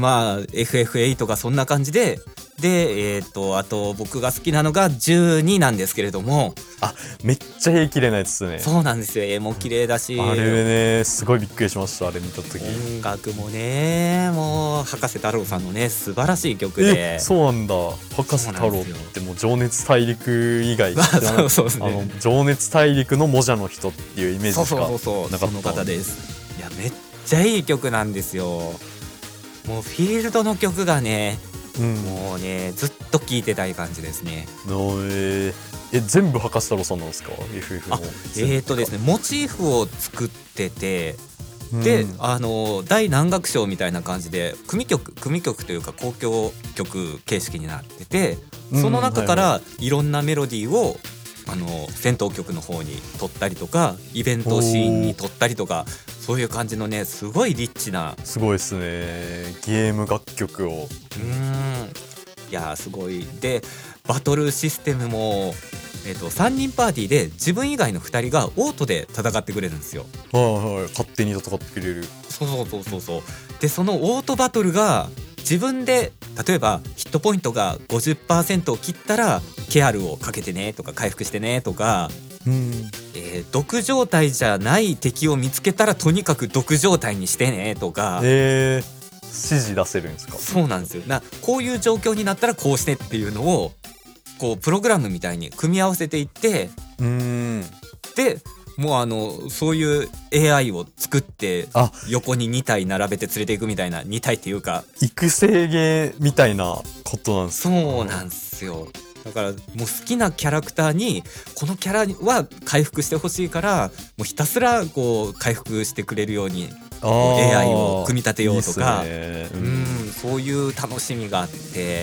Speaker 1: FF8 がそんな感じで、あと僕が好きなのが12なんですけれども、
Speaker 2: めっちゃ絵綺麗なやつですね。
Speaker 1: そうなんですよ、絵も綺麗だし、
Speaker 2: あれねすごいびっくりしました、あれ見た時。
Speaker 1: 音楽もねもう葉加瀬太郎さんのね素晴らしい曲で。
Speaker 2: そうなんだ、葉加瀬太郎ってもう情熱大陸以外
Speaker 1: そうですね、
Speaker 2: 情熱大陸のモジャの人っていうイメージしかなかった。
Speaker 1: その方です。いやめっちゃいい曲なんですよ。もうフィールドの曲がね、もうねずっと聴いてたい感じですね。
Speaker 2: 全部葉加瀬太郎さんなんですか、FF の。
Speaker 1: ですね、モチーフを作ってて、で大何楽章みたいな感じで組曲というか交響曲形式になってて、その中からいろんなメロディーを戦闘曲の方に取ったりとかイベントシーンに取ったりとか、そういう感じのねすごいリッチな。
Speaker 2: すごいですね、ゲーム楽曲を。
Speaker 1: いやすごい。でバトルシステムも、3人パーティーで自分以外の2人がオートで戦ってくれるんですよ。
Speaker 2: 勝手に戦ってくれる。
Speaker 1: そうでそのオートバトルが自分で例えばヒットポイントが 50% を切ったらケアルをかけてねとか回復してねとか、毒状態じゃない敵を見つけたらとにかく毒状態にしてねとか、
Speaker 2: 指示出せるんですか。
Speaker 1: そうなんですよ。こういう状況になったらこうしてっていうのをこうプログラムみたいに組み合わせていって、でもうそういう AI を作って横に2体並べて連れていくみたいな、2体っていうか
Speaker 2: 育成ゲーみたいなことなんですか。
Speaker 1: そうなんですよ。だからもう好きなキャラクターにこのキャラは回復してほしいからもうひたすらこう回復してくれるようにAI を組み立てようとか、そういう楽しみがあって、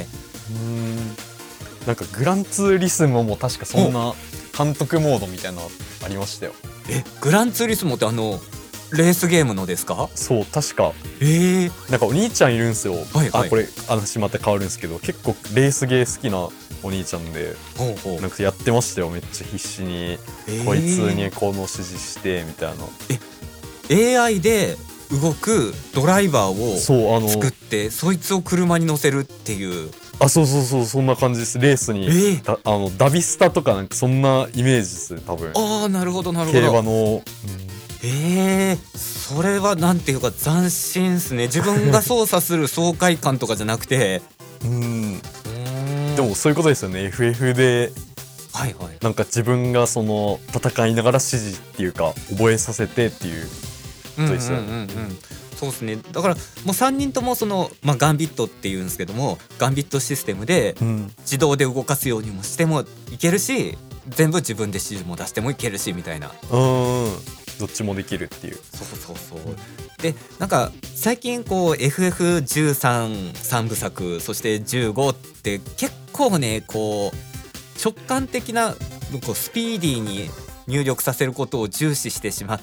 Speaker 2: なんかグランツーリスモも確かそんな監督モードみたいなのありましたよ。
Speaker 1: グランツーリスモってレースゲームのですか。
Speaker 2: そう確か。なんかお兄ちゃんいるんですよ。これ話また変わるんですけど、結構レースゲー好きなお兄ちゃんで、なんかやってましたよ、めっちゃ必死に、こいつにこの指示してみたい
Speaker 1: な。AI で動くドライバーを作ってそいつを車に乗せるっていう。
Speaker 2: そうそんな感じです。レースに、ダビスタとかなんかそんなイメージですね多分。
Speaker 1: なるほど
Speaker 2: 競馬の。
Speaker 1: それはなんていうか斬新ですね。自分が操作する爽快感とかじゃなくて
Speaker 2: でもそういうことですよね。 FF でなんか自分がその戦いながら指示っていうか覚えさせてっていうとですよね。
Speaker 1: そうですね。だからもう3人ともその、ガンビットっていうんですけども、ガンビットシステムで自動で動かすようにもしてもいけるし、全部自分で指示も出してもいけるしみたいな。
Speaker 2: どっちもできるっていう。
Speaker 1: そうで、なんか最近こう FF13 部作、そして15って結構ね、こう直感的なこうスピーディーに入力させることを重視してしまって、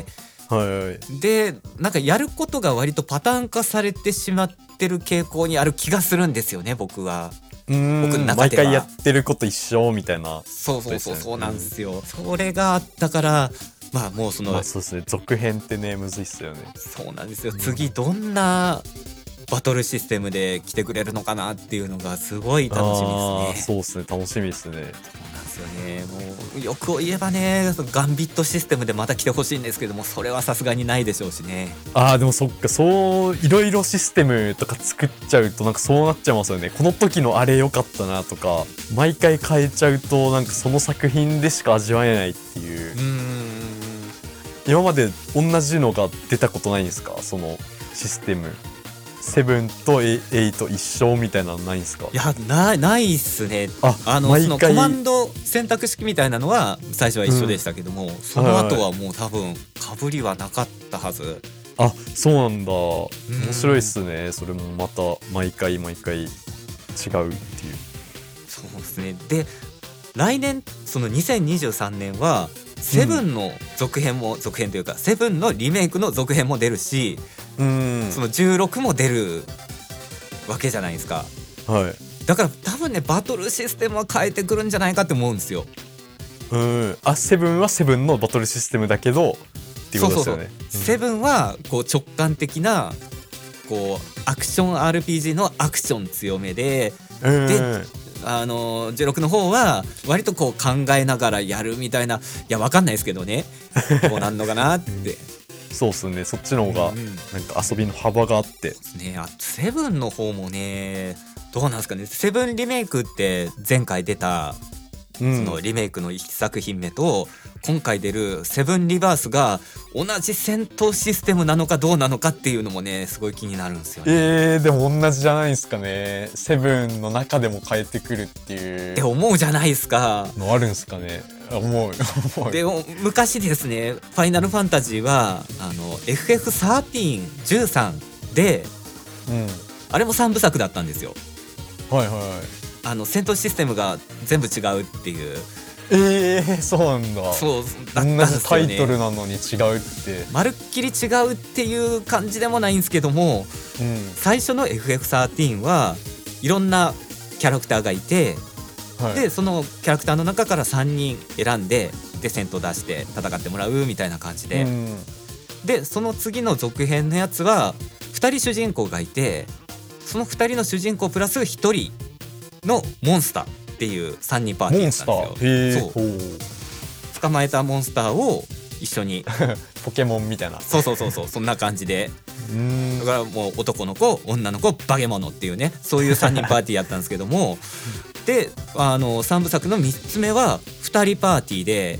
Speaker 1: でなんかやることが割とパターン化されてしまってる傾向にある気がするんですよね、僕は。僕の中では
Speaker 2: 毎回やってること一緒みたいな。
Speaker 1: そうなんですよ。それがあったから、もうその、
Speaker 2: そうですね、続編ってね、むずいっすよね。
Speaker 1: そうなんですよ。次どんなバトルシステムで来てくれるのかなっていうのがすごい楽しみですね。
Speaker 2: そうですね、楽しみですね。
Speaker 1: そうなんですよね。もう欲を言えばね、ガンビットシステムでまた来てほしいんですけども、それはさすがにないでしょうしね。
Speaker 2: でもそっか、そういろいろシステムとか作っちゃうとなんかそうなっちゃいますよね。この時のあれ良かったなとか、毎回変えちゃうとなんかその作品でしか味わえないっていう。今まで同じのが出たことないんですか、そのシステム。7と8一緒みたいなのないんですか？
Speaker 1: いや、ないっすね。そのコマンド選択式みたいなのは最初は一緒でしたけども、その後はもう多分被りはなかったはず。
Speaker 2: そうなんだ。面白いっすね。それもまた毎回違うっていう。
Speaker 1: そうですね。で、来年その2023年はセブンの続編というか、セブンのリメイクの続編も出るし、その16も出るわけじゃないですか。だから多分ね、バトルシステムは変えてくるんじゃないかって思うんですよ。
Speaker 2: セブンはセブンのバトルシステムだけどっていうことですよね。
Speaker 1: セブンはこう直感的なこうアクション RPG のアクション強めで、16の方は割とこう考えながらやるみたいな、いやわかんないですけどね、こうなんのかなって
Speaker 2: そうっすね、そっちの方がなんか遊びの幅があって、
Speaker 1: セブンの方もね、どうなんですかね。セブンリメイクって前回出たそのリメイクの1作品目と今回出るセブンリバースが同じ戦闘システムなのかどうなのかっていうのもね、すごい気になるんですよね。
Speaker 2: でも同じじゃないですかね。セブンの中でも変えてくるっていう
Speaker 1: って思うじゃないですか。
Speaker 2: のあるんですかね。思う
Speaker 1: でも昔ですね、ファイナルファンタジーはFF13、13で、あれも3部作だったんですよ。戦闘システムが全部違うっていう。
Speaker 2: そうなんだ。
Speaker 1: そうだったんですよね。
Speaker 2: 同じタイトルなのに違うって、
Speaker 1: まるっきり違うっていう感じでもないんですけども、最初の FF13 はいろんなキャラクターがいて、でそのキャラクターの中から3人選んで、戦闘出して戦ってもらうみたいな感じで、でその次の続編のやつは2人主人公がいて、その2人の主人公プラス1人のモンスターっていう3人パーティーだったんですよ。捕まえたモンスターを一緒に
Speaker 2: ポケモンみたいな。
Speaker 1: そんな感じで、だからもう男の子女の子化け物っていうね、そういう3人パーティーやったんですけどもで3部作の3つ目は2人パーティー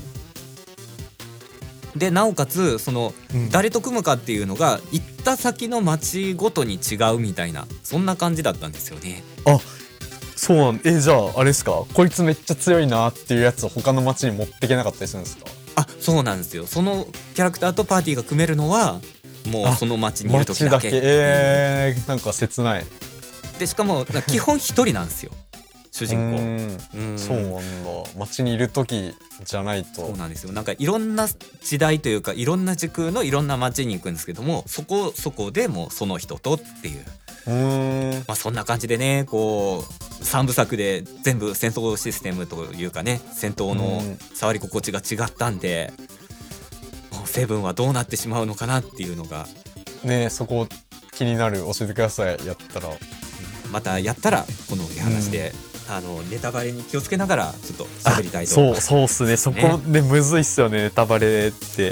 Speaker 1: でなおかつその誰と組むかっていうのが行った先の町ごとに違うみたいな、そんな感じだったんですよね。
Speaker 2: そうなん。じゃああれですか、こいつめっちゃ強いなっていうやつを他の町に持ってけなかったりするんですか？
Speaker 1: そうなんですよ。そのキャラクターとパーティーが組めるのはもうその町にいる時だけ。
Speaker 2: なんか切ない。
Speaker 1: でしかも基本一人なんですよ主人
Speaker 2: 公。そうなんだ。町にいる時じゃないと。
Speaker 1: そうなんですよ。なんかいろんな時代というかいろんな時空のいろんな町に行くんですけども、そこでもうその人とっていう。そんな感じでね、こう3部作で全部戦闘システムというかね、戦闘の触り心地が違ったんで、もうセブンはどうなってしまうのかなっていうのが
Speaker 2: ね、そこ気になる。教えてください。やったら
Speaker 1: またやったらこの話で、ネタバレに気をつけながらちょっと喋りたいと思います。
Speaker 2: そうっすね。そこでむずいっすよね、ネタバレって。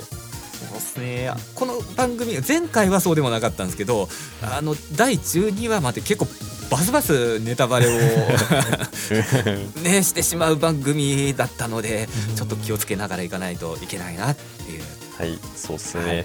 Speaker 1: そうですね。この番組前回はそうでもなかったんですけど、第12話まで結構バスバスネタバレをねしてしまう番組だったので、ちょっと気をつけながらいかないといけないなっていう。
Speaker 2: そうっすね。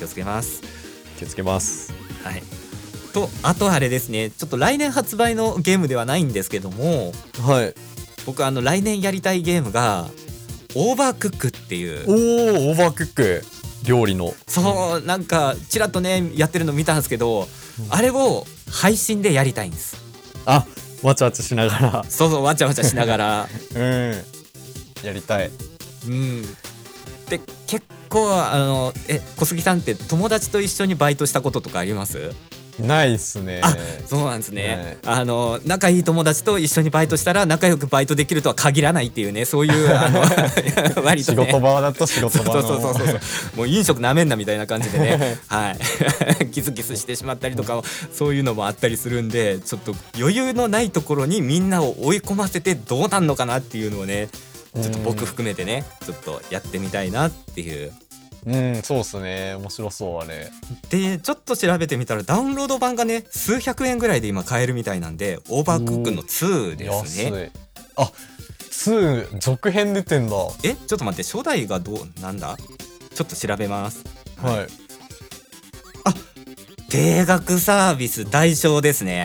Speaker 1: 気をつけます。
Speaker 2: 気をつけます。
Speaker 1: はい。とあとあれですね、ちょっと来年発売のゲームではないんですけども、
Speaker 2: はい、
Speaker 1: 僕来年やりたいゲームがオーバークックっていう。
Speaker 2: オーバークック、料理の。
Speaker 1: そう、なんかちらっとねやってるの見たんですけど、あれを配信でやりたいんです。
Speaker 2: あ、わちゃわちゃしながら。
Speaker 1: そうわちゃわちゃしながら
Speaker 2: やりたい。
Speaker 1: で結構小杉さんって友達と一緒にバイトしたこととかあります？
Speaker 2: ないっすね。
Speaker 1: あ、そうなんですね。仲いい友達と一緒にバイトしたら仲良くバイトできるとは限らないっていうね、そういう割とね、
Speaker 2: 仕事場だと仕事場の
Speaker 1: そうもう飲食なめんなみたいな感じでねはいキスキスしてしまったりとか、そういうのもあったりするんで、ちょっと余裕のないところにみんなを追い込ませてどうなんのかなっていうのをね、ちょっと僕含めてねちょっとやってみたいなっていう。
Speaker 2: そうっすね、面白そう。あれ
Speaker 1: でちょっと調べてみたらダウンロード版がね数百円ぐらいで今買えるみたいなんで、オーバークックの2ですね。
Speaker 2: あ、2続編出てんだ。
Speaker 1: ちょっと待って、初代がどうなんだ、ちょっと調べます。
Speaker 2: はい。
Speaker 1: あ、定額サービス対象ですね。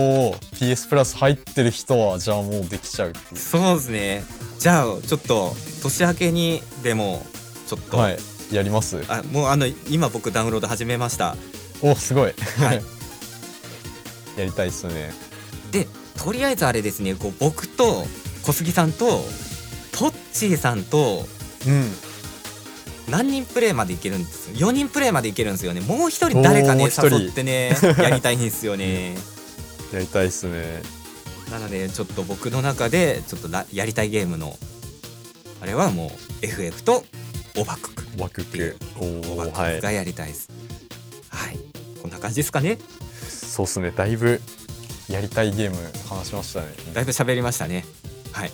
Speaker 2: PS プラス入ってる人はじゃあもうできちゃうっていう。
Speaker 1: そうですね。じゃあちょっと年明けにでもちょっと、
Speaker 2: はい、やります。
Speaker 1: もう今僕ダウンロード始めました。
Speaker 2: すごい、はい、やりたいっすね。
Speaker 1: でとりあえずあれですね、こう僕と小杉さんとトッチーさんと、何人プレイまでいけるんです？ 4 人プレイまでいけるんですよね。もう一人誰かね誘ってねやりたいんですよね
Speaker 2: やりたいっすね。
Speaker 1: なのでちょっと僕の中でちょっとやりたいゲームのあれはもう FF とオーバークックっていうオーバークックがやりたいです。はい、こんな感じですかね。
Speaker 2: そうっすね、だいぶやりたいゲーム話しましたね。
Speaker 1: だいぶ喋りましたね。はい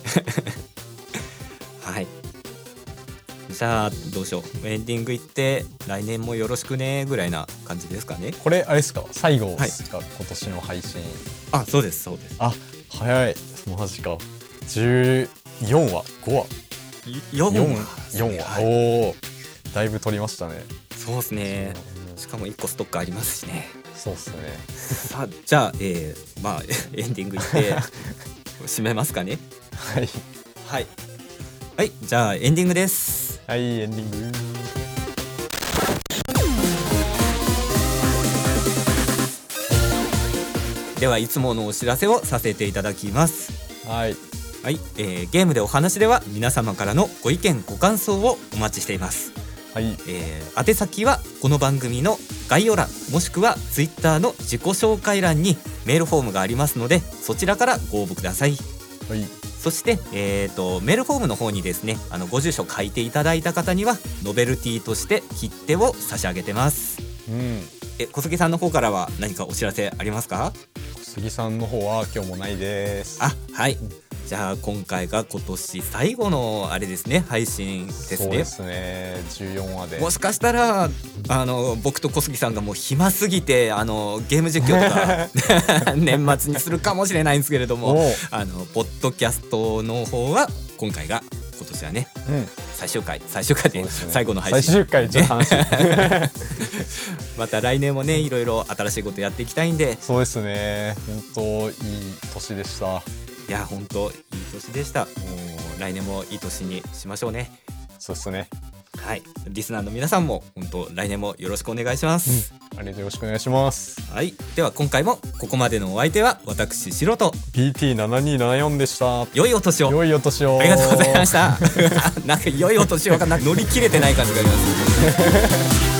Speaker 1: はいじゃあどうしよう、エンディングいって来年もよろしくねぐらいな感じですかね。
Speaker 2: これあれですか、最後ですか、今年の配信。
Speaker 1: そうですそうです。
Speaker 2: 早い、マジか。14話5話4話、だいぶ取りましたね。
Speaker 1: そうですね。しかも1個ストックありますしね。
Speaker 2: そうっすね。
Speaker 1: さあじゃあ、エンディングいって締めますかね。はいじゃあエンディングです。
Speaker 2: はい、エンディング。
Speaker 1: ではいつものお知らせをさせていただきます。
Speaker 2: はい、
Speaker 1: ゲームでお話では皆様からのご意見ご感想をお待ちしています。宛先はこの番組の概要欄もしくは Twitter の自己紹介欄にメールフォームがありますので、そちらからご応募ください。そして、メールフォームの方にですねご住所書いていただいた方にはノベルティとして切手を差し上げてます。小杉さんの方からは何かお知らせありますか？
Speaker 2: 小杉さんの方は今日もないです。
Speaker 1: はい、じゃあ今回が今年最後のあれですね、配信ですね。
Speaker 2: そうですね、14話で。
Speaker 1: もしかしたら僕と小杉さんがもう暇すぎてゲーム実況とか年末にするかもしれないんですけれどもポッドキャストの方は今回が今年はね、最終回で最後の配信、
Speaker 2: 最終回ちょっと話
Speaker 1: また来年もねいろいろ新しいことやっていきたいんで。
Speaker 2: そうですね、本当いい年でした。
Speaker 1: いや本当いい年でした。もう来年もいい年にしましょうね。
Speaker 2: そうですね。
Speaker 1: はい、リスナーの皆さんも本当来年もよろしくお願いします。
Speaker 2: ありがとう、よろしくお願いします。
Speaker 1: はい、では今回もここまでのお相手は私シロと
Speaker 2: PT7274 でした。
Speaker 1: 良いお年を。
Speaker 2: 良いお年を。
Speaker 1: ありがとうございましたなんか良いお年をが乗り切れてない感じがあります